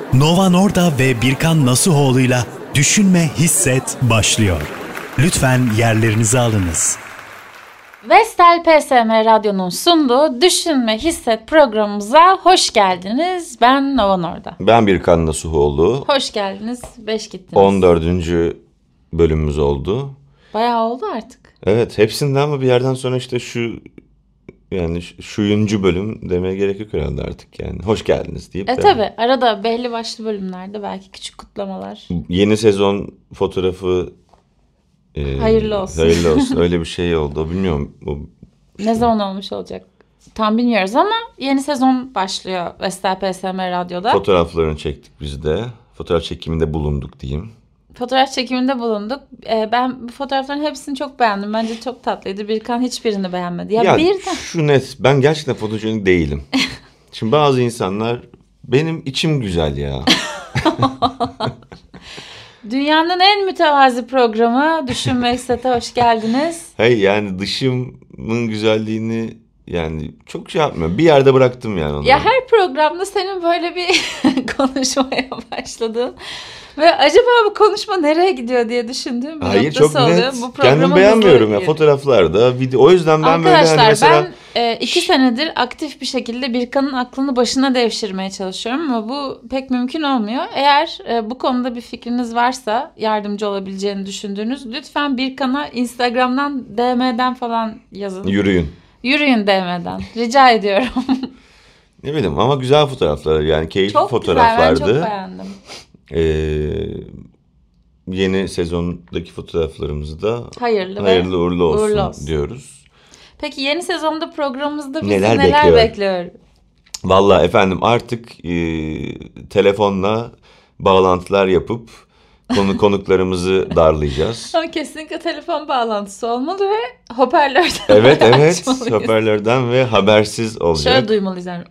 Nova Norda ve Birkan Nasuhoğlu'yla Düşünme Hisset başlıyor. Lütfen yerlerinizi alınız. Vestel PSM Radyo'nun sunduğu Düşünme Hisset programımıza hoş geldiniz. Ben Nova Norda. Ben Birkan Nasuhoğlu. Hoş geldiniz. 5 gittiniz. 14. bölümümüz oldu. Bayağı oldu artık. Evet, hepsinden ama bir yerden sonra işte şuyuncu bölüm demeye gerek yok herhalde artık yani. Hoş geldiniz deyip. Tabii arada belli başlı bölümlerde belki küçük kutlamalar. Yeni sezon fotoğrafı hayırlı olsun. Hayırlı olsun. Öyle bir şey oldu. Bilmiyorum. Ne zaman olmuş olacak? Tam bilmiyoruz ama yeni sezon başlıyor Vestel PSM Radyo'da. Fotoğraflarını çektik biz de. Fotoğraf çekiminde bulunduk diyeyim. Fotoğraf çekiminde bulunduk. Ben bu fotoğrafların hepsini çok beğendim. Bence çok tatlıydı. Birkan hiçbirini beğenmedi. Ya şu net. Ben gerçekten fotojenik değilim. Şimdi bazı insanlar benim içim güzel ya. Dünyanın en mütevazi programı Düşünme Hisset'e hoş geldiniz. Hayır yani dışımın güzelliğini yani çok şey yapmıyorum. Bir yerde bıraktım yani onu. Ya her programda senin böyle bir konuşmaya başladın. Ve acaba bu konuşma nereye gidiyor diye düşündüğüm bir Hayır, noktası çok oluyor. net. Bu Kendim beğenmiyorum ya fotoğraflarda, video. O yüzden ben arkadaşlar, böyle hani mesela... ben 2 senedir aktif bir şekilde Birkan'ın aklını başına devşirmeye çalışıyorum ama bu pek mümkün olmuyor. Eğer bu konuda bir fikriniz varsa, yardımcı olabileceğini düşündüğünüz, lütfen Birkan'a Instagram'dan, DM'den falan yazın. Yürüyün DM'den. Rica ediyorum. Ne bileyim ama güzel fotoğraflar yani, keyifli çok fotoğraflardı. Çok güzel, ben çok beğendim. Yeni sezondaki fotoğraflarımızı da hayırlı uğurlu olsun diyoruz. Peki yeni sezonda programımızda bizi neler bekliyor? Vallahi efendim artık telefonla bağlantılar yapıp konuklarımızı darlayacağız. Ama kesinlikle telefon bağlantısı olmalı ve hoparlörden. Evet hoparlörden ve habersiz olacak. Şöyle duymalıyız yani.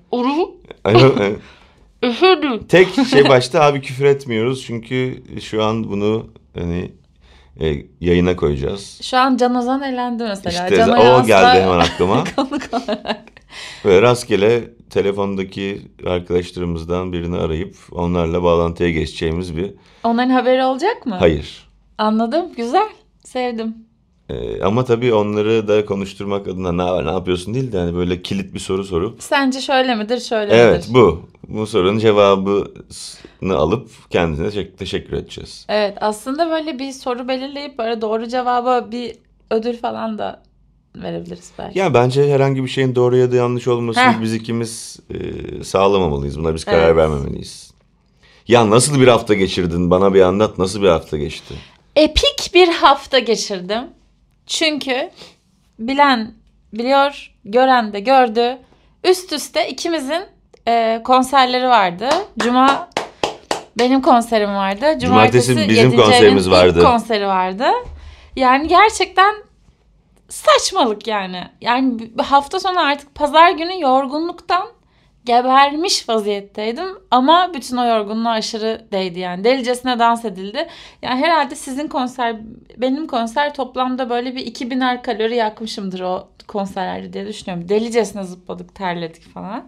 Tek şey başta abi küfür etmiyoruz çünkü şu an bunu hani yayına koyacağız. Şu an Can Ozan elendi mesela. İşte Can o geldi hemen aklıma. Konuk olarak. Böyle rastgele telefondaki arkadaşlarımızdan birini arayıp onlarla bağlantıya geçeceğimiz bir... Onların haberi olacak mı? Hayır. Anladım, güzel, sevdim. Ama tabii onları da konuşturmak adına ne yapıyorsun değil de hani böyle kilit bir soru sorup. Sence şöyle midir, şöyle midir? Evet, bu sorunun cevabını alıp kendisine teşekkür edeceğiz. Evet, aslında böyle bir soru belirleyip böyle doğru cevaba bir ödül falan da verebiliriz belki. Ya bence herhangi bir şeyin doğru ya da yanlış olmasını biz ikimiz sağlamamalıyız. Buna biz karar vermemeliyiz. Ya nasıl bir hafta geçirdin? Bana bir anlat, nasıl bir hafta geçti? Epik bir hafta geçirdim. Çünkü bilen biliyor, gören de gördü. Üst üste ikimizin konserleri vardı. Cuma benim konserim vardı. Cumartesi bizim konserimiz vardı. İlk konseri vardı. Yani gerçekten saçmalık yani. Yani hafta sonu artık pazar günü yorgunluktan gebermiş vaziyetteydim ama bütün o yorgunluğa aşırı değdi yani. Delicesine dans edildi. Yani herhalde sizin konser, benim konser toplamda böyle bir 2000'er kalori yakmışımdır o konserlerde diye düşünüyorum. Delicesine zıpladık, terledik falan.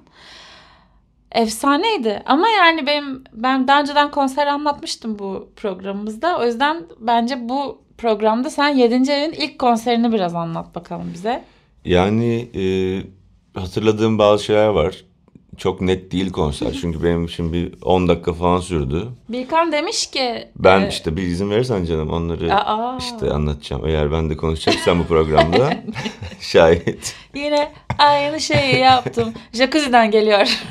Efsaneydi ama yani ben daha önceden konser anlatmıştım bu programımızda. O yüzden bence bu programda sen 7. evin ilk konserini biraz anlat bakalım bize. Yani hatırladığım bazı şeyler var. Çok net değil konser. Çünkü benim için bir 10 dakika falan sürdü. Birkan demiş ki... Ben işte bir izin verirsen canım onları işte anlatacağım. Eğer ben de konuşacaksam bu programda şayet. Yine aynı şeyi yaptım. Jacuzzi'den geliyor.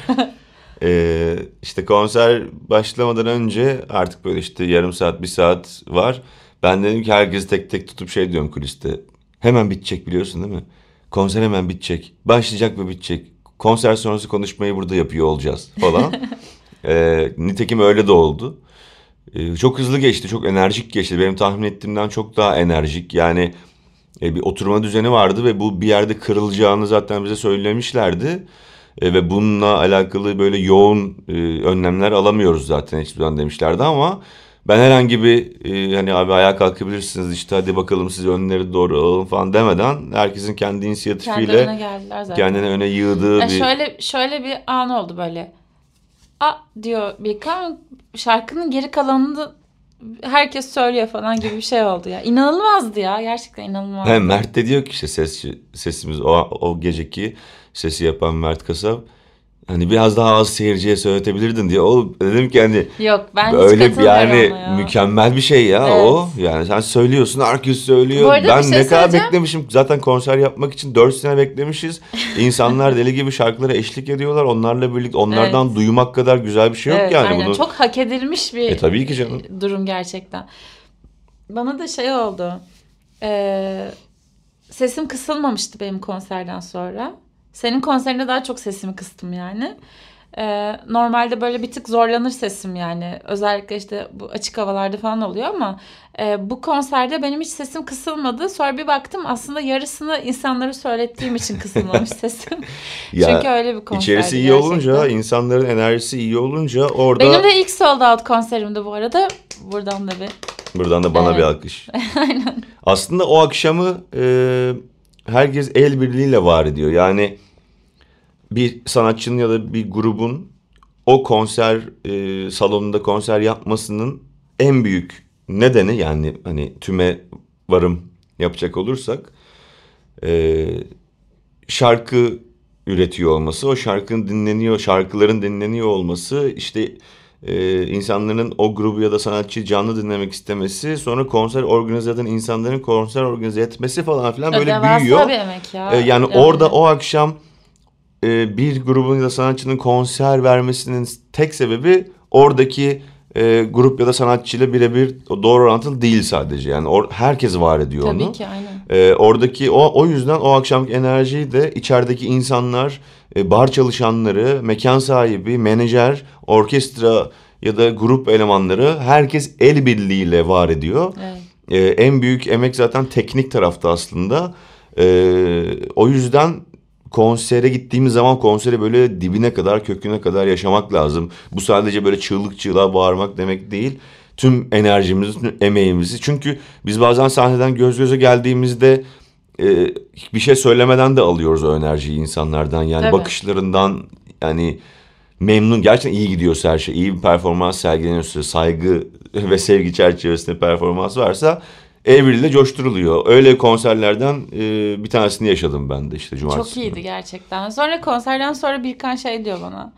İşte konser başlamadan önce artık böyle işte yarım saat, bir saat var. Ben dedim ki herkesi tek tek tutup şey diyorum kuliste. Hemen bitecek biliyorsun değil mi? Konser hemen bitecek. Başlayacak ve bitecek. Konser sonrası konuşmayı burada yapıyor olacağız falan. Nitekim öyle de oldu. Çok hızlı geçti, çok enerjik geçti. Benim tahmin ettiğimden çok daha enerjik. Yani bir oturma düzeni vardı ve bu bir yerde kırılacağını zaten bize söylemişlerdi. Ve bununla alakalı böyle yoğun önlemler alamıyoruz zaten hiçbir zaman demişlerdi ama... Ben herhangi bir hani abi ayağa kalkabilirsiniz işte hadi bakalım siz önleri doğru alalım falan demeden herkesin kendi inisiyatifiyle kendine öne yığdığı bir... Şöyle bir an oldu böyle. diyor Birkan, şarkının geri kalanını herkes söylüyor falan gibi bir şey oldu ya. İnanılmazdı ya. Gerçekten inanılmazdı. He, Mert de diyor ki işte sesimiz o geceki sesi yapan Mert Kasap. Hani biraz daha az seyirciye söyletebilirdin diye. O dedim ki hani Yok, ben öyle hiç katılmıyorum yani ona ya. mükemmel bir şey ya Evet. o. Yani sen söylüyorsun, herkes söylüyor. Bu arada Ben bir şey ne kadar söyleyeceğim. beklemişim. Zaten konser yapmak için 4 sene beklemişiz. İnsanlar deli gibi şarkılara eşlik ediyorlar. Onlarla birlikte onlardan duymak kadar güzel bir şey yok Evet, yani. aynen. Bunu... Çok hak edilmiş bir tabii ki canım. durum gerçekten. Bana da şey oldu. Sesim kısılmamıştı benim konserden sonra. Senin konserinde daha çok sesimi kıstım yani. Normalde böyle bir tık zorlanır sesim yani. Özellikle işte bu açık havalarda falan oluyor ama bu konserde benim hiç sesim kısılmadı. Sonra bir baktım aslında yarısını insanlara söylettiğim için kısılmamış sesim. Ya, çünkü öyle bir konserdi İçerisi iyi gerçekten. olunca, insanların enerjisi iyi olunca orada... Benim de ilk sold out konserimdi bu arada. Buradan da bir... Buradan da bana bir alkış. Aynen. Aslında o akşamı herkes el birliğiyle var ediyor. Yani bir sanatçının ya da bir grubun o konser salonunda konser yapmasının en büyük nedeni, yani hani tüme varım yapacak olursak, şarkı üretiyor olması, o şarkıların dinleniyor olması, işte insanların o grubu ya da sanatçıyı canlı dinlemek istemesi, sonra konser organize eden insanların konser organize etmesi falan filan böyle Devasa büyüyor. bir emek ya. Yani orada o akşam bir grubun ya da sanatçının konser vermesinin tek sebebi oradaki grup ya da sanatçıyla birebir doğru orantılı değil sadece. Yani herkes var ediyor onu. Tabii ki, aynen. Oradaki o yüzden o akşamki enerjiyi de içerideki insanlar, bar çalışanları, mekan sahibi, menajer, orkestra ya da grup elemanları, herkes el birliğiyle var ediyor. Evet. En büyük emek zaten teknik tarafta aslında. O yüzden konsere gittiğimiz zaman konseri böyle dibine kadar, köküne kadar yaşamak lazım. Bu sadece böyle çığlık çığlığa bağırmak demek değil. Tüm enerjimizi, tüm emeğimizi. Çünkü biz bazen sahneden göz göze geldiğimizde bir şey söylemeden de alıyoruz o enerjiyi insanlardan. Yani Tabii. bakışlarından, yani memnun, gerçekten iyi gidiyorsa her şey, iyi bir performans sergileniyorsa, saygı ve sevgi çerçevesinde performans varsa evriyle coşturuluyor. Öyle konserlerden bir tanesini yaşadım ben de işte cumartesi. Çok iyiydi gerçekten. Sonra konserden sonra Birkan şey diyor bana.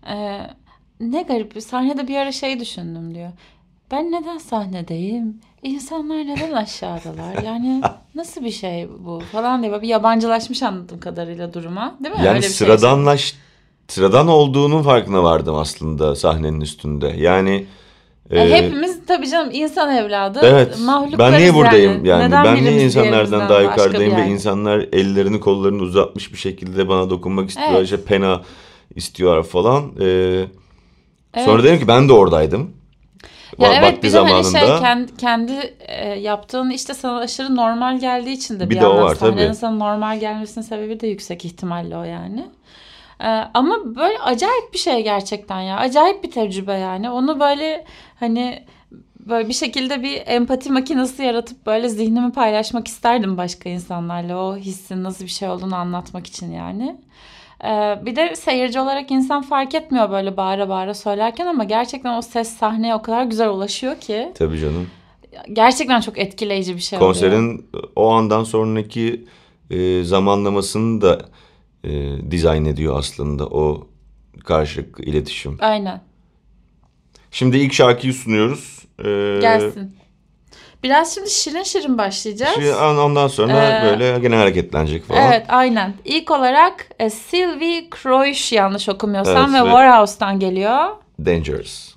Ne garip, sahnede bir ara şey düşündüm diyor. Ben neden sahnedeyim? İnsanlar neden aşağıdalar? Yani nasıl bir şey bu falan diye. Böyle bir yabancılaşmış anladığım kadarıyla duruma. Değil mi? Yani Öyle bir şey sıradan olduğunun farkına vardım aslında sahnenin üstünde. Yani hepimiz tabii canım insan evladı. evet, Mahluklarız ben niye buradayım yani? Neden Ben niye birimiz insanlardan diğerimizden daha başka bir yukarıdayım ve yerde? insanlar ellerini kollarını uzatmış bir şekilde bana dokunmak istiyorlar. Evet. İşte pena istiyorlar falan. Evet. Sonra dedim ki ben de oradaydım. Ya evet, Vakti bir de hani zamanında. kendi yaptığın işte sana aşırı normal geldiği için de Bir bir de o yandan var, sahnenin tabii. sana normal gelmesinin sebebi de yüksek ihtimalle o yani. Ama böyle acayip bir şey gerçekten ya. Acayip bir tecrübe yani. Onu böyle hani böyle bir şekilde bir empati makinesi yaratıp böyle zihnimi paylaşmak isterdim başka insanlarla. O hissin nasıl bir şey olduğunu anlatmak için yani. Bir de seyirci olarak insan fark etmiyor böyle bağıra bağıra söylerken ama gerçekten o ses sahneye o kadar güzel ulaşıyor ki. Tabii canım. Gerçekten çok etkileyici bir şey oluyor. Konserin o andan sonraki zamanlamasını da dizayn ediyor aslında o karşılıklı iletişim. Aynen. Şimdi ilk şarkıyı sunuyoruz. Gelsin. Biraz şimdi şirin şirin başlayacağız. Ondan sonra böyle gene hareketlenecek falan. Evet, aynen. İlk olarak Sylvie Kroiş yanlış okumuyorsam Evet, ve Warhouse'dan geliyor. Dangerous.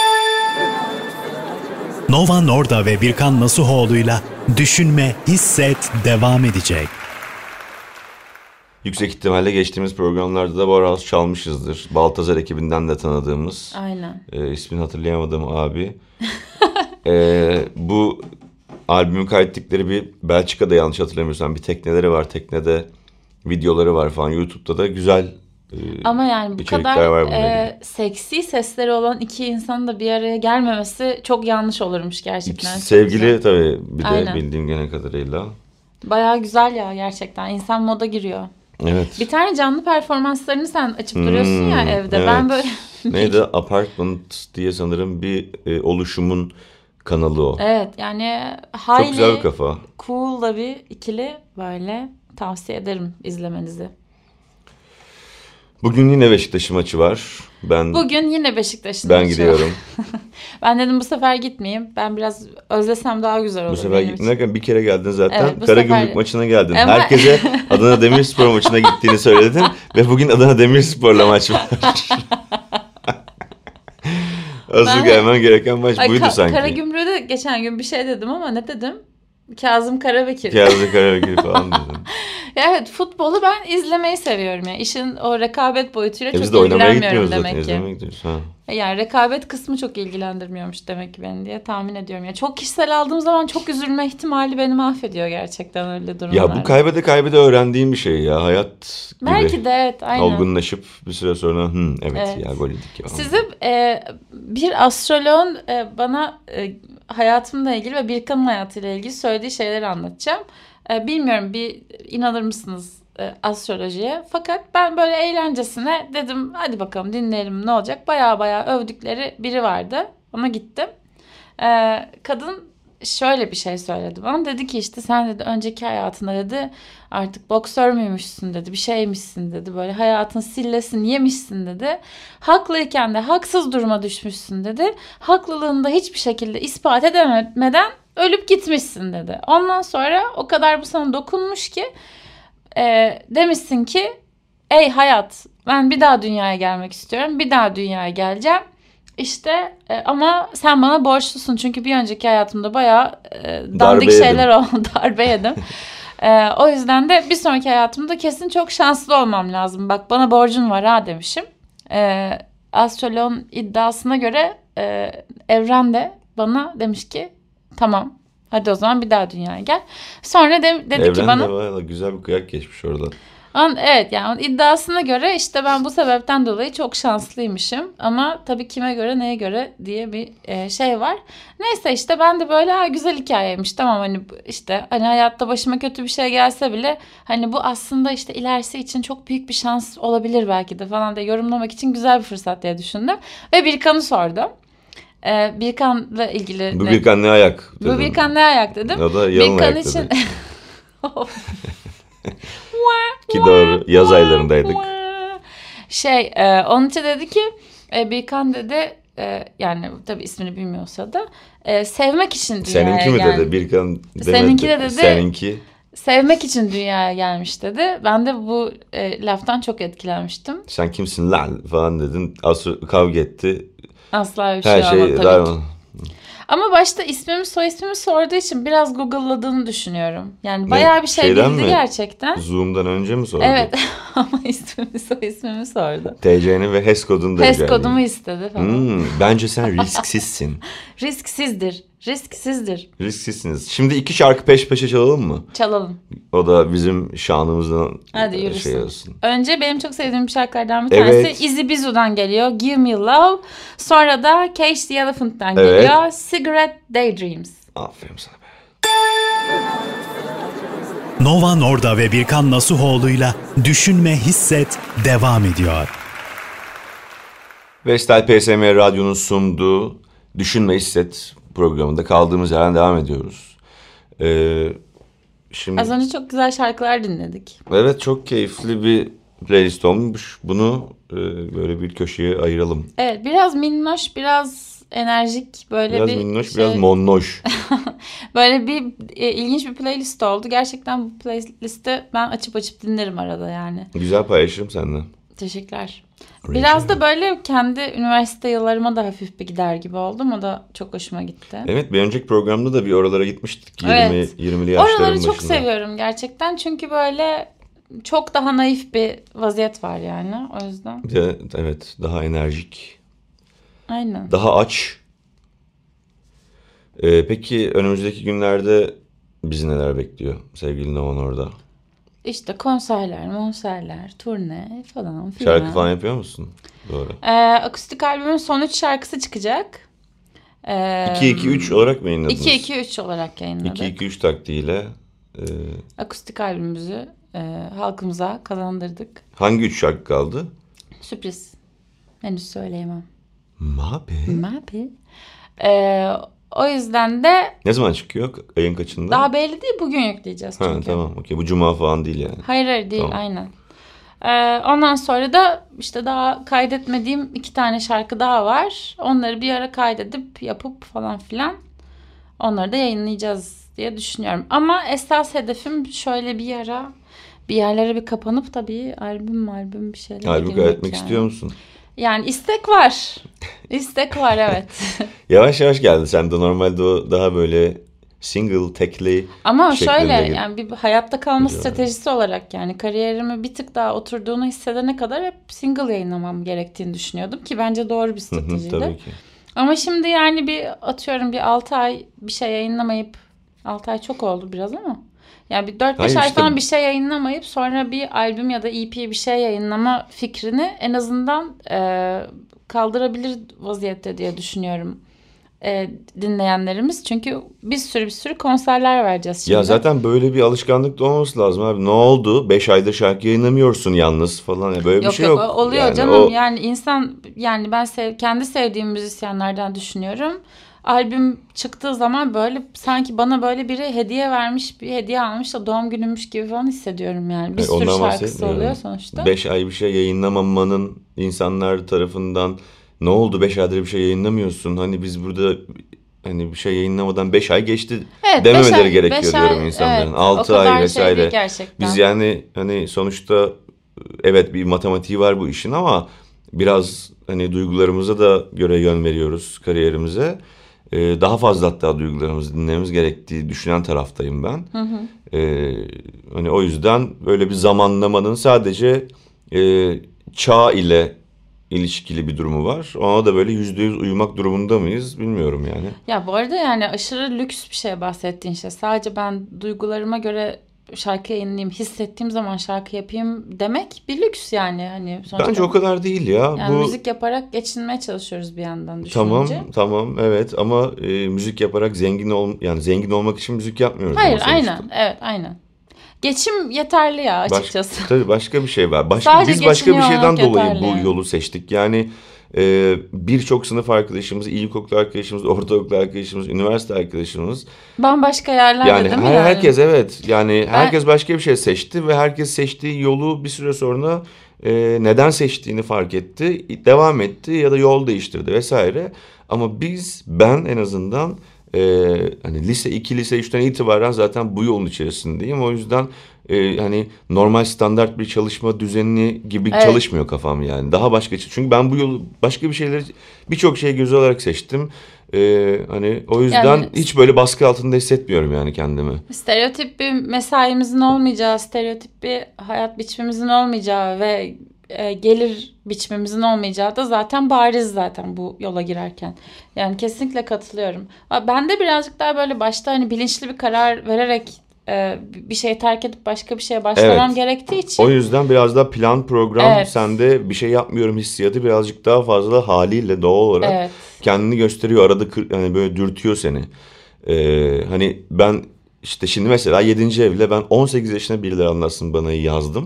Nova Norda ve Birkan Nasuhoğlu'yla Düşünme, Hisset devam edecek. Yüksek ihtimalle geçtiğimiz programlarda da Warhouse çalmışızdır. Baltazar ekibinden de tanıdığımız. Aynen. İsmini hatırlayamadığım abi. Bu albümü kaydettikleri bir Belçika'da, yanlış hatırlamıyorsam bir tekneleri var. Teknede videoları var falan. YouTube'da da güzel ama yani bu içerikler kadar var bununla ilgili. seksi sesleri olan iki insanın da bir araya gelmemesi çok yanlış olurmuş gerçekten. İkisi Çok sevgili güzel. tabii, bir de Aynen. bildiğim gene kadarıyla. Bayağı güzel ya gerçekten. İnsan moda giriyor. Evet. Bir tane canlı performanslarını sen açıp duruyorsun ya evde. Evet. Ben böyle Neydi? Apartment diye sanırım bir oluşumun kanalı o. Evet yani Çok güzel bir kafa. cool da bir ikili, böyle tavsiye ederim izlemenizi. Bugün yine Beşiktaş'ın maçı var. Bugün yine Beşiktaş'ın Ben maçı gidiyorum. Ben dedim bu sefer gitmeyeyim. Ben biraz özlesem daha güzel olur. Bu sefer benim için. gitmeden bir kere geldin zaten. Evet, bu Karagümrük sefer- maçına geldin. Ama- Herkese Adana Demirspor maçına gittiğini söyledin. Ve bugün Adana Demirspor'la maç var. Asıl gelmen gereken maç Ay, buydu sanki. Karagümrük'e de geçen gün bir şey dedim ama ne dedim? Kazım Karabekir. Kazım Karabekir falan dedim. Ya evet, futbolu ben izlemeyi seviyorum ya. İşin o rekabet boyutuyla Biz de çok oynamaya ilgilenmiyorum gitmiyoruz zaten. demek ki. İzlemeye gidiyoruz. Ha. Yani rekabet kısmı çok ilgilendirmiyormuş demek ki beni diye tahmin ediyorum. Ya çok kişisel aldığım zaman çok üzülme ihtimali beni mahvediyor gerçekten öyle durumlarda. Ya bu kaybede öğrendiğim bir şey ya. Hayat gibi. Belki de evet, aynen. Olgunlaşıp bir süre sonra evet Evet. ya gol yedik ya. Size bir astroloğun bana hayatımla ilgili ve Birkan'ın hayatıyla ilgili söylediği şeyleri anlatacağım. Bilmiyorum, bir inanır mısınız astrolojiye? Fakat ben böyle eğlencesine dedim hadi bakalım dinleyelim ne olacak. Baya övdükleri biri vardı. Ona gittim. Kadın şöyle bir şey söyledi bana. Dedi ki işte sen dedi önceki hayatında dedi artık boksör müymüşsün dedi. Bir şeymişsin dedi. Böyle hayatın sillesini yemişsin dedi. Haklıyken de haksız duruma düşmüşsün dedi. Haklılığını da hiçbir şekilde ispat edemeden ölüp gitmişsin dedi. Ondan sonra o kadar bu sana dokunmuş ki demişsin ki ey hayat, ben bir daha dünyaya gelmek istiyorum. Bir daha dünyaya geleceğim. İşte ama sen bana borçlusun. Çünkü bir önceki hayatımda bayağı dandik şeyler oldu. Darbe yedim. O yüzden de bir sonraki hayatımda kesin çok şanslı olmam lazım. Bak bana borcun var ha demişim. Astroloğun iddiasına göre evren de bana demiş ki tamam hadi o zaman bir daha dünyaya gel. Sonra dedi ki bana... Evren de güzel bir kıyak geçmiş orada. Evet yani iddiasına göre işte ben bu sebepten dolayı çok şanslıymışım. Ama tabii kime göre neye göre diye bir şey var. Neyse işte ben de böyle güzel hikayeymiş. Tamam hani işte hani hayatta başıma kötü bir şey gelse bile hani bu aslında işte ilerisi için çok büyük bir şans olabilir belki de falan diye yorumlamak için güzel bir fırsat diye düşündüm. Ve Birkan'ı sordum. Birkan'la ilgili... Bu Birkan ne ayak dedim. Bu Birkan ne ayak dedim. O da yalın Birkan ayak için... dedi. Ki doğru yaz aylarındaydık. Onun için dedi ki Birkan dedi yani tabii ismini bilmiyorsa da sevmek için dünyaya Seninki mi dedi? Birkan demedi. Seninki de dedi. Seninki. Sevmek için dünyaya gelmiş dedi. Ben de bu laftan çok etkilenmiştim. Sen kimsin lan falan dedin. Kavga etti. Asla bir şey Her olmadı şey tabii ki. Ama başta ismimi soy ismimi sorduğu için biraz Google'ladığını düşünüyorum. Yani bayağı bir şey Şeyden bildi mi? Gerçekten. Zoom'dan önce mi sordu? Evet ama ismimi soy ismimi sordu. TC'ni ve HES kodunu da HES kodumu istedi falan. Bence sen risksizsin. Risksizdir. Risksizdir. Risksizsiniz. Şimdi 2 şarkı peş peşe çalalım mı? Çalalım. O da bizim şanımızdan Hadi yürüsün. şey olsun. Önce benim çok sevdiğim şarkılardan bir tanesi Easy Bizu'dan geliyor. Give Me Love. Sonra da Cage the Elephant'tan geliyor. Cigarette Daydreams. Aferin sana be. Nova Norda ve Birkan Nasuhoğlu'yla Düşünme Hisset devam ediyor. Vestel PSM Radyo'nun sunduğu Düşünme Hisset programında kaldığımız yerden devam ediyoruz. Şimdi Az önce çok güzel şarkılar dinledik. evet, çok keyifli bir playlist olmuş. Bunu böyle bir köşeye ayıralım. Evet, biraz minnoş, biraz enerjik, böyle Biraz bir minnoş, biraz monnoş. Böyle bir ilginç bir playlist oldu. Gerçekten bu playlisti ben açıp dinlerim arada yani. Güzel paylaşırım seninle. Teşekkürler. Biraz da böyle kendi üniversite yıllarıma da hafif bir gider gibi oldum. O da çok hoşuma gitti. Evet, bir önceki programda da bir oralara gitmiştik. Evet. 20'li yaşların Oraları başında. çok seviyorum gerçekten. Çünkü böyle çok daha naif bir vaziyet var yani. O yüzden. Bir de, evet, daha enerjik. Aynen. Daha aç. Peki önümüzdeki günlerde bizi neler bekliyor sevgili Novan orada? İşte konserler, turne falan filan. Şarkı falan yapıyor musun? Doğru. Akustik albümün son 3 şarkısı çıkacak. 2-2-3 olarak mı yayınladınız? 2-2-3 olarak yayınladık. 2-2-3 taktiğiyle. Akustik albümümüzü halkımıza kazandırdık. Hangi 3 şarkı kaldı? Sürpriz. Henüz söyleyemem. Mabi. O yüzden de Ne zaman çıkıyor? Ayın kaçında? daha belli değil, bugün yükleyeceğiz çünkü. Ha, tamam. Okey. Bu cuma falan değil yani. Hayır değil, Tamam. aynen. Ondan sonra da işte daha kaydetmediğim 2 tane şarkı daha var. Onları bir ara kaydedip yapıp falan filan onları da yayınlayacağız diye düşünüyorum. Ama esas hedefim şöyle bir yerlere bir kapanıp da bir albüm bir şeyler Albüm girmek kaydetmek yani. istiyor musun? Yani istek var. İstek var, evet. Yavaş yavaş geldi. Sen de normalde o daha böyle single, tekli Ama şeklinde şöyle gibi. yani bir hayatta kalma Güzel. stratejisi olarak yani kariyerimi bir tık daha oturduğunu hissedene kadar hep single yayınlamam gerektiğini düşünüyordum ki bence doğru bir stratejiydi. Tabii ki. Ama şimdi yani bir 6 ay bir şey yayınlamayıp 6 ay çok oldu biraz ama yani bir 4-5 Hayır, ay işte- falan bir şey yayınlamayıp sonra bir albüm ya da EP bir şey yayınlama fikrini en azından kaldırabilir vaziyette diye düşünüyorum dinleyenlerimiz. Çünkü bir sürü konserler vereceğiz şimdi. Ya zaten böyle bir alışkanlık da olması lazım abi. Ne oldu? 5 aydır şarkı yayınlamıyorsun yalnız falan. Ya böyle bir şey yok. Oluyor Yani canım. o- Yani insan yani ben kendi sevdiğim müzisyenlerden düşünüyorum. Albüm çıktığı zaman böyle sanki bana böyle biri hediye vermiş, bir hediye almış da doğum günümmüş gibi falan hissediyorum yani. Bir sürü ondan şarkısı bahsetmiyorum. oluyor sonuçta. 5 ay bir şey yayınlamamanın insanlar tarafından ne oldu 5 aydır bir şey yayınlamıyorsun? Hani biz burada hani bir şey yayınlamadan 5 ay geçti Evet, dememeleri 5 gerekiyor ay, diyorum insanların. evet, 6 o kadar ay şey vesaire. değil gerçekten. Biz yani hani sonuçta evet bir matematiği var bu işin ama biraz hani duygularımıza da göre yön veriyoruz kariyerimize. Daha fazla hatta duygularımızı dinlememiz gerektiği düşünen taraftayım ben. Hani o yüzden böyle bir zamanlamanın sadece çağ ile ilişkili bir durumu var. Ona da böyle %100 uyumak durumunda mıyız bilmiyorum yani. Ya bu arada yani aşırı lüks bir şey bahsettiğin şey. Sadece ben duygularıma göre şarkı yayınlayayım, hissettiğim zaman şarkı yapayım demek bir lüks yani. Hani sonuçta Bence o kadar değil ya. yani Bu müzik yaparak geçinmeye çalışıyoruz bir yandan tamam düşününce. evet ama müzik yaparak yani zengin olmak için müzik yapmıyoruz. Hayır, ama sonuçta. aynen. Evet, aynen. Geçim yeterli ya açıkçası. Tabii başka bir şey var. Sadece Biz başka bir geçiniyor şeyden olmak dolayı yeterli bu yani. yolu seçtik. Yani birçok sınıf arkadaşımız, ilkokul arkadaşımız, ortaokul arkadaşımız, üniversite arkadaşımız. Bambaşka yerlerde Yani değil mi yani? herkes evet. Yani herkes başka bir şey seçti ve herkes seçtiği yolu bir süre sonra neden seçtiğini fark etti, devam etti ya da yol değiştirdi vesaire. Ama ben en azından hani lise 2, lise 3'ten itibaren zaten bu yolun içerisindeyim. O yüzden hani normal standart bir çalışma düzeni gibi Evet. çalışmıyor kafam yani. Daha başka çünkü ben bu yolu başka bir şeyleri birçok şey göze alarak seçtim. Hani o yüzden Yani- hiç böyle baskı altında hissetmiyorum yani kendimi. Stereotip bir mesaimizin olmayacağı, stereotip bir hayat biçimimizin olmayacağı ve gelir biçimimizin olmayacağı da zaten bariz zaten bu yola girerken. Yani kesinlikle katılıyorum. Ben de birazcık daha böyle başta hani bilinçli bir karar vererek bir şeyi terk edip başka bir şeye başlamam Evet. gerektiği için. O yüzden biraz daha plan program Evet. sende bir şey yapmıyorum hissiyatı birazcık daha fazla haliyle doğal olarak Evet. kendini gösteriyor. Arada hani böyle dürtüyor seni. Hani ben işte şimdi mesela 7. evle ben 18 yaşında birileri anlatsın bana yazdım.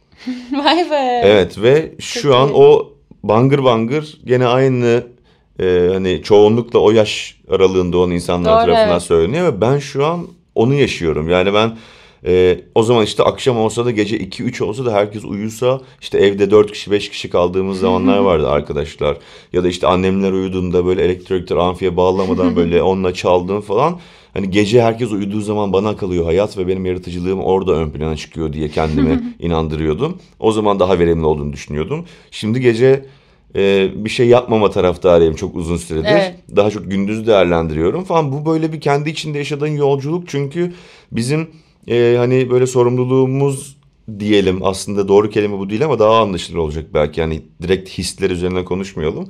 Vay be. Evet ve şu Çok an iyi. o bangır bangır gene aynı hani çoğunlukla o yaş aralığında olan insanlar Doğru, tarafından evet. söyleniyor ve ben şu an onu yaşıyorum. Yani ben o zaman işte akşam olsa da gece 2-3 olsa da herkes uyusa işte evde 4 kişi 5 kişi kaldığımız zamanlar vardı arkadaşlar. Ya da işte annemler uyuduğunda böyle elektrik gitar amfiye bağlamadan böyle onunla çaldığım falan. Hani gece herkes uyuduğu zaman bana kalıyor hayat ve benim yaratıcılığım orada ön plana çıkıyor diye kendime inandırıyordum. O zaman daha verimli olduğunu düşünüyordum. Şimdi gece bir şey yapmama taraftarıyım çok uzun süredir. Evet. Daha çok gündüz değerlendiriyorum falan. Bu böyle bir kendi içinde yaşadığın yolculuk çünkü bizim hani böyle sorumluluğumuz diyelim aslında doğru kelime bu değil ama daha anlaşılır olacak belki. Yani direkt hisler üzerine konuşmayalım.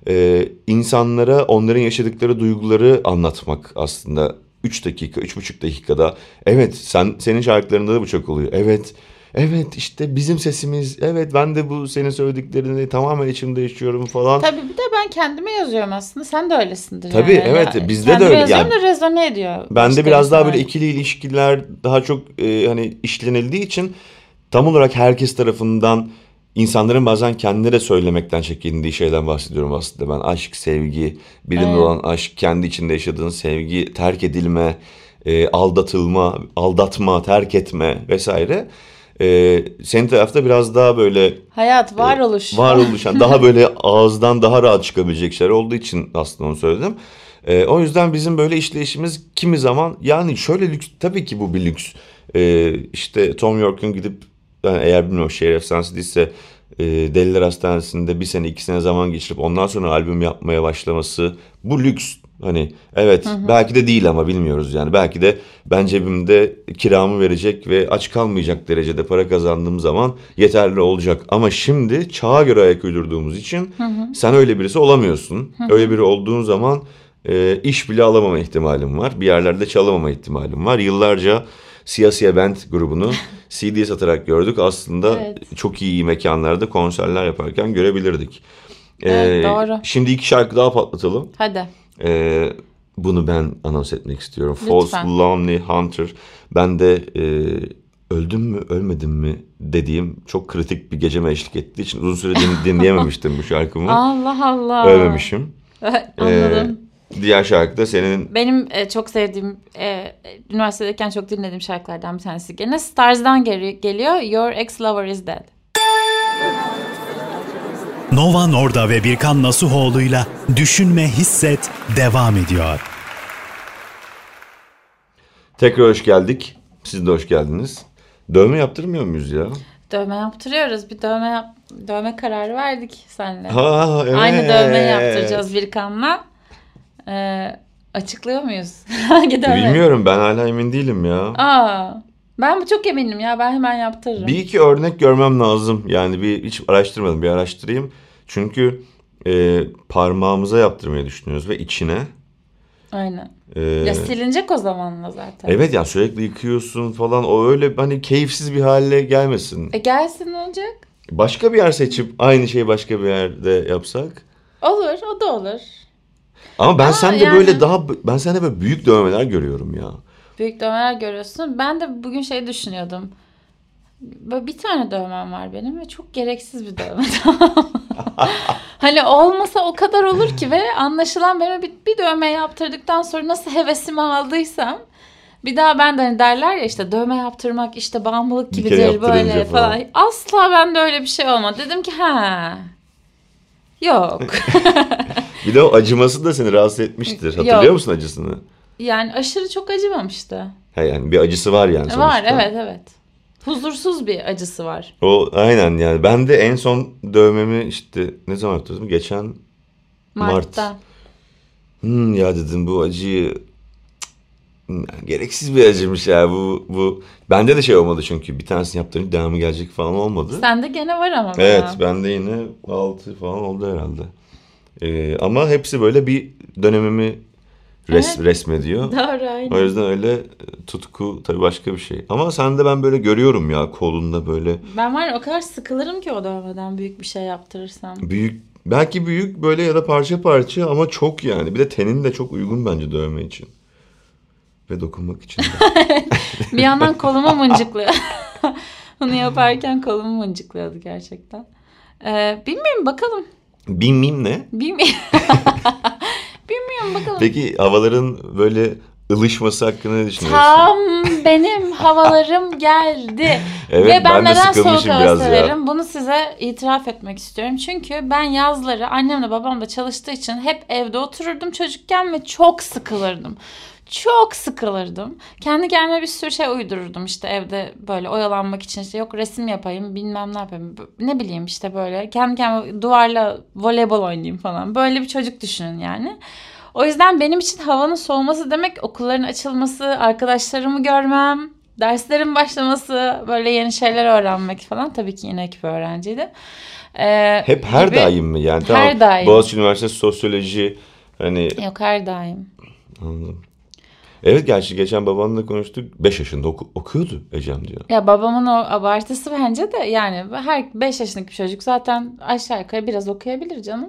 İnsanlara onların yaşadıkları duyguları anlatmak aslında 3 dakika, 3,5 dakikada. Evet senin şarkılarında da bu çok oluyor. Evet işte bizim sesimiz. Evet ben de bu senin söylediklerini tamamen içimde yaşıyorum falan. Tabii bir de ben kendime yazıyorum aslında. Sen de öylesindir Tabii, yani. evet, Yani bizde de kendime öyle. yazıyorum Yani da rezone ediyor. Ben de başka biraz daha insanlar. böyle ikili ilişkiler daha çok hani işlenildiği için tam olarak herkes tarafından insanların bazen kendine de söylemekten çekindiği şeyden bahsediyorum aslında. Ben aşk, sevgi, birine Evet. olan aşk, kendi içinde yaşadığın sevgi, terk edilme, aldatılma, aldatma, terk etme vesaire. Senin tarafta biraz daha böyle Hayat, varoluş. varoluşan, daha böyle ağızdan daha rahat çıkabilecek şeyler olduğu için aslında onu söyledim. O yüzden bizim böyle işleyişimiz kimi zaman, yani şöyle lüks, tabii ki bu bir lüks. İşte Tom York'un gidip, yani eğer bilmiyorum şehir efsanesi değilse, Deliler Hastanesi'nde 1 sene 2 sene zaman geçirip ondan sonra albüm yapmaya başlaması, bu lüks. Hani evet, belki de değil ama bilmiyoruz yani. Belki de ben cebimde kiramı verecek ve aç kalmayacak derecede para kazandığım zaman yeterli olacak. Ama şimdi çağa göre ayak uydurduğumuz için sen öyle birisi olamıyorsun. Öyle biri olduğun zaman iş bile alamama ihtimalim var. Bir yerlerde çalamama ihtimalim var. Yıllarca Siyasiye Band grubunu CD satarak gördük. Aslında Evet. çok iyi mekanlarda konserler yaparken görebilirdik. Evet, doğru. Şimdi 2 şarkı daha patlatalım. Hadi. Bunu ben anons etmek istiyorum. Lütfen. False Lonely Hunter. Ben de öldüm mü ölmedim mi dediğim çok kritik bir geceme eşlik ettiği için uzun süre dinleyememiştim bu şarkımı. Allah Allah. Ölmemişim. Anladım. Diğer şarkı da senin... Benim çok sevdiğim, üniversitedeyken çok dinlediğim şarkılardan bir tanesi. Gene Stars'dan geliyor. Your Ex-Lover Is Dead. Nova Norda ve Birkan Nasuhoğlu'yla Düşünme Hisset devam ediyor. Tekrar hoş geldik. Siz de hoş geldiniz. Dövme yaptırmıyor muyuz ya? Dövme yaptırıyoruz. Bir dövme kararı verdik seninle. Ha, evet. Aynı dövmeyi yaptıracağız Birkan'la. Açıklıyor muyuz? Hangi dövme? Bilmiyorum, ben hala emin değilim ya. Ben bu çok eminim ya. Ben hemen yaptırırım. Bir iki örnek görmem lazım. Yani hiç araştırmadım. Bir araştırayım. Çünkü parmağımıza yaptırmayı düşünüyoruz ve içine. Aynen. Ya silinecek o zamanla zaten. Evet ya, sürekli yıkıyorsun falan. O öyle hani keyifsiz bir hale gelmesin. Gelsin, ne olacak? Başka bir yer seçip aynı şeyi başka bir yerde yapsak. Olur, o da olur. Ama ben sende yani- böyle ben sende böyle büyük dövmeler görüyorum ya. Büyük dövmeler görüyorsun. Ben de bugün düşünüyordum. Böyle bir tane dövmem var benim ve çok gereksiz bir dövme. Hani olmasa o kadar olur ki ve anlaşılan benim bir dövme yaptırdıktan sonra nasıl hevesimi aldıysam, bir daha ben de hani derler ya işte dövme yaptırmak işte bağımlılık Bir kere gibidir yaptırınca böyle falan. falan. Asla bende öyle bir şey olmadı. Dedim ki yok. Bir de o acıması da seni rahatsız etmiştir. Hatırlıyor Yok. musun acısını? Yani aşırı çok acımamıştı. He, yani bir acısı var yani sonuçta. Var, evet. Huzursuz bir acısı var. O aynen yani. Ben de en son dövmemi işte ne zaman yaptırdım? Geçen Mart'ta. Ya dedim bu acıyı gereksiz bir acıymış ya bu. Bende de şey olmadı çünkü bir tanesini yaptırınca devamı gelecek falan olmadı. Sende gene var ama. Evet, bayağı. bende yine 6 falan oldu herhalde. Ama hepsi böyle bir dönemimi Evet. resmediyor. Doğru, aynen. O yüzden öyle tutku tabii başka bir şey. Ama sende ben böyle görüyorum ya, kolunda böyle Ben var ya, o kadar sıkılırım ki o dövmeden büyük bir şey yaptırırsam. büyük, belki büyük böyle ya da parça parça ama çok yani. Bir de tenin de çok uygun bence dövme için. Ve dokunmak için de. Bir yandan kolumu mıncıklıyor. Bunu yaparken kolumu mıncıklıyordu gerçekten. Bilmiyorum, bakalım. Bilmeyeyim ne? Bilmiyorum. Bilmiyorum, bakalım. Peki havaların böyle ılışması hakkında ne düşünüyorsun? Tam benim havalarım geldi. Evet, Ve ben ben de neden soğuk sıkılmışım hava biraz ya. severim? Bunu size itiraf etmek istiyorum. Çünkü ben yazları annemle babam da çalıştığı için hep evde otururdum çocukken ve çok sıkılırdım. Çok sıkılırdım. Kendi kendime bir sürü şey uydururdum işte evde böyle oyalanmak için. İşte yok resim yapayım, bilmem ne yapayım. Ne bileyim işte böyle kendi kendime duvarla voleybol oynayayım falan. Böyle bir çocuk düşünün yani. O yüzden benim için havanın soğuması demek okulların açılması, arkadaşlarımı görmem, derslerin başlaması, böyle yeni şeyler öğrenmek falan. Tabii ki yine ekip öğrenciydim. Hep her gibi- daim mi? Yani Her tamam, daim. Boğaziçi Üniversitesi Sosyoloji hani Yok, her daim. anladım. Evet, gerçi geçen babanla konuştuk. 5 yaşında okuyordu Ecem diyor. Ya babamın o abartısı bence de yani her 5 yaşındaki bir çocuk zaten aşağı yukarı biraz okuyabilir canım.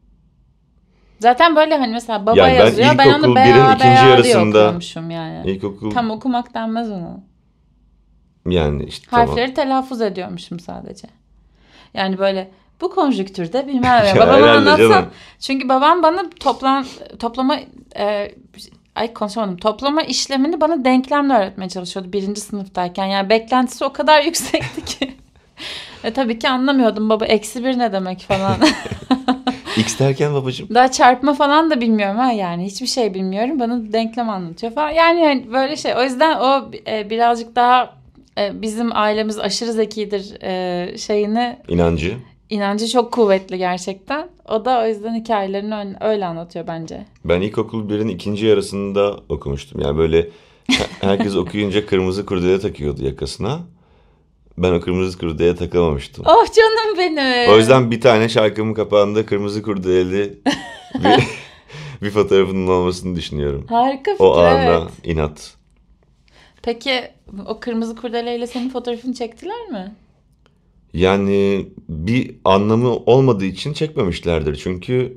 Zaten böyle hani mesela baba Yani ben yazıyor, ben ilkokul onu birin BA ikinci diye yarısında- okuyormuşum yani. İlkokul Tam okumak denmez ona. yani işte tamam. Harfleri telaffuz ediyormuşum sadece. Yani böyle bu konjüktürde bilmem ne. Ya Babama herhalde anlatsam. canım. Çünkü babam bana toplama konuşamadım. Toplama işlemini bana denklemle öğretmeye çalışıyordu 1. sınıftayken. Yani beklentisi o kadar yüksekti ki. Tabii ki anlamıyordum baba. -1 ne demek falan. X derken babacığım. Daha çarpma falan da bilmiyorum ha yani. Hiçbir şey bilmiyorum. Bana denklem anlatıyor falan. Yani böyle şey. O yüzden o birazcık daha bizim ailemiz aşırı zekidir şeyini. İnancı çok kuvvetli gerçekten. O da o yüzden hikayelerini öyle anlatıyor bence. Ben ilkokul 1'in 2. yarısında okumuştum. Yani böyle herkes okuyunca kırmızı kurdele takıyordu yakasına. Ben o kırmızı kurdeleye takılmamıştım. Oh canım benim. O yüzden bir tane şarkımın kapağında kırmızı kurdeleli bir fotoğrafının olmasını düşünüyorum. Harika fikir, o anda evet. inat. Peki o kırmızı kurdeleyle senin fotoğrafını çektiler mi? Yani bir anlamı olmadığı için çekmemişlerdir. Çünkü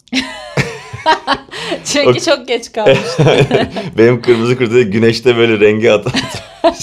çok geç kalmış. benim kırmızı kurdele güneşte böyle rengi atmış.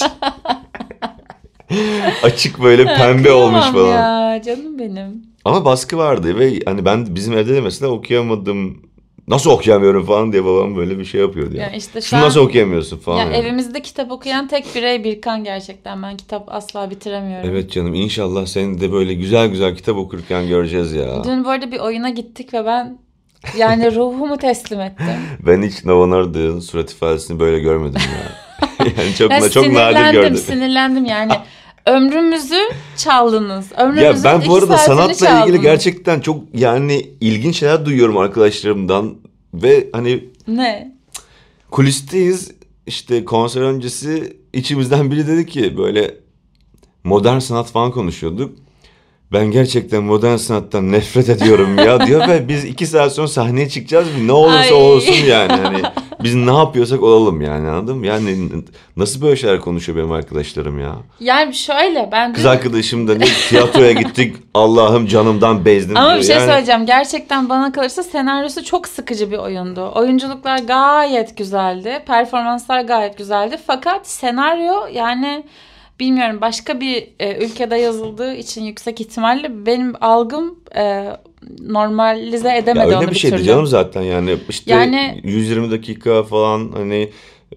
Açık böyle pembe olmuş falan. Ya canım benim. Ama baskı vardı ve hani ben bizim evde de mesela okuyamadım. Nasıl okuyamıyorum falan diye babam böyle bir şey yapıyordu yani. İşte şunu nasıl okuyamıyorsun falan. Yani. Evimizde kitap okuyan tek birey Birkan gerçekten. Ben kitap asla bitiremiyorum. Evet canım, inşallah seni de böyle güzel güzel kitap okurken göreceğiz ya. Dün bu arada bir oyuna gittik ve ben yani ruhumu teslim ettim. Ben hiç Nova Nord'un surat ifadesini böyle görmedim ya. Yani çok nadir gördüm. Sinirlendim yani. Ömrümüzü çaldınız. Ya ben bu arada sanatla ilgili gerçekten çok yani ilginç şeyler duyuyorum arkadaşlarımdan ve hani ne? Kulisteyiz işte, konser öncesi içimizden biri dedi ki böyle modern sanat falan konuşuyorduk. Ben gerçekten modern sanattan nefret ediyorum ya diyor ve biz 2 saat sonra sahneye çıkacağız. Ne olursa olsun yani. Hani biz ne yapıyorsak olalım yani, anladın mı? Yani nasıl böyle şeyler konuşuyor benim arkadaşlarım ya? Yani şöyle ben... Kız arkadaşım da tiyatroya gittik, Allah'ım canımdan bezdim Ama diyor. bir şey yani... söyleyeceğim. Gerçekten bana kalırsa senaryosu çok sıkıcı bir oyundu. Oyunculuklar gayet güzeldi. Performanslar gayet güzeldi. Fakat senaryo yani... Bilmiyorum, başka bir ülkede yazıldığı için yüksek ihtimalle benim algım normalize edemedi ya onu öyle bir şeydi türlü. canım zaten yani işte 120 dakika falan hani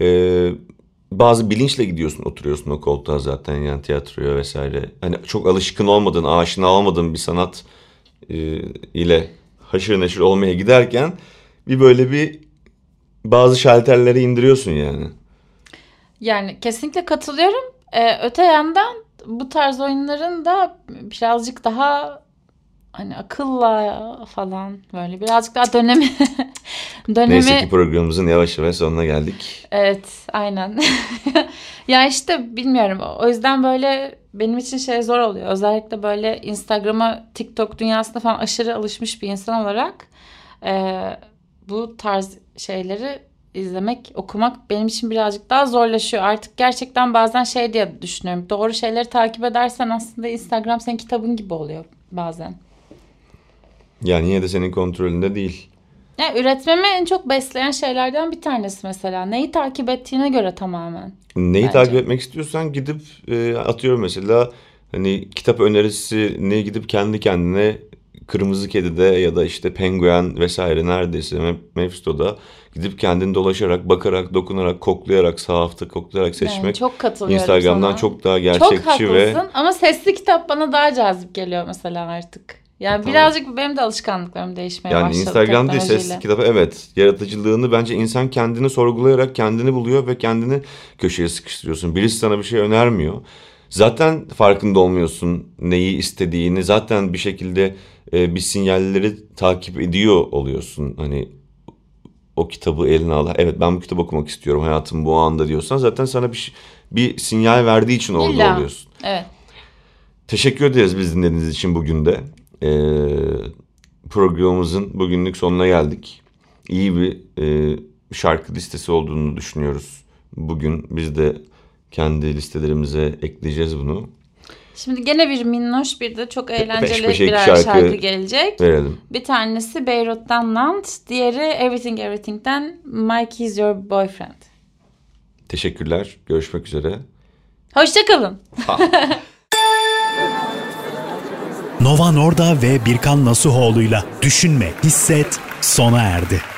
bazı bilinçle gidiyorsun, oturuyorsun o koltuğa zaten yani tiyatroya vesaire. Hani çok alışkın olmadığın, aşina olmadığın bir sanat ile haşır neşir olmaya giderken böyle bazı şalterleri indiriyorsun yani. Yani kesinlikle katılıyorum. Öte yandan bu tarz oyunların da birazcık daha hani akılla falan böyle birazcık daha dönemi... Neyse ki programımızın yavaş yavaş sonuna geldik. Evet, aynen. Ya işte bilmiyorum. O yüzden böyle benim için zor oluyor. Özellikle böyle Instagram'a, TikTok dünyasına falan aşırı alışmış bir insan olarak bu tarz şeyleri izlemek, okumak benim için birazcık daha zorlaşıyor. Artık gerçekten bazen diye düşünüyorum. Doğru şeyleri takip edersen aslında Instagram senin kitabın gibi oluyor bazen. Yani yine de senin kontrolünde değil. Yani üretmemi en çok besleyen şeylerden bir tanesi mesela. Neyi takip ettiğine göre tamamen. Neyi bence. takip etmek istiyorsan gidip atıyorum mesela hani kitap önerisini gidip kendi kendine Kırmızı Kedi'de ya da işte Penguen vesaire neredeyse Mephisto'da gidip kendin dolaşarak, bakarak, dokunarak, koklayarak, sağ hafta koklayarak seçmek. Yani çok katılıyorum Instagram'dan sana. Çok daha gerçekçi çok haklısın, ve... ama sesli kitap bana daha cazip geliyor mesela artık. Yani tamam. Birazcık benim de alışkanlıklarım değişmeye başladı. Yani Instagram değil, sesli kitap, evet. Yaratıcılığını bence insan kendini sorgulayarak kendini buluyor ve kendini köşeye sıkıştırıyorsun. Birisi sana bir şey önermiyor. Zaten farkında olmuyorsun neyi istediğini. Zaten bir şekilde bir sinyalleri takip ediyor oluyorsun. Hani o kitabı eline al. Evet, ben bu kitabı okumak istiyorum hayatım bu anda diyorsan zaten sana bir sinyal verdiği için orada oluyorsun. Evet. Teşekkür ederiz biz dinlediğiniz için bugün de. Programımızın bugünlük sonuna geldik. İyi bir şarkı listesi olduğunu düşünüyoruz. Bugün biz de kendi listelerimize ekleyeceğiz bunu. Şimdi gene bir minnoş, bir de çok eğlenceli peş birer şarkı gelecek. Verelim. Bir tanesi Beyrut'tan Nant, diğeri Everything Everything'den My Key's Your Boyfriend. Teşekkürler. Görüşmek üzere. Hoşça kalın. Nova Norda ve Birkan Nasuhoğlu'yla Düşünme, Hisset sona erdi.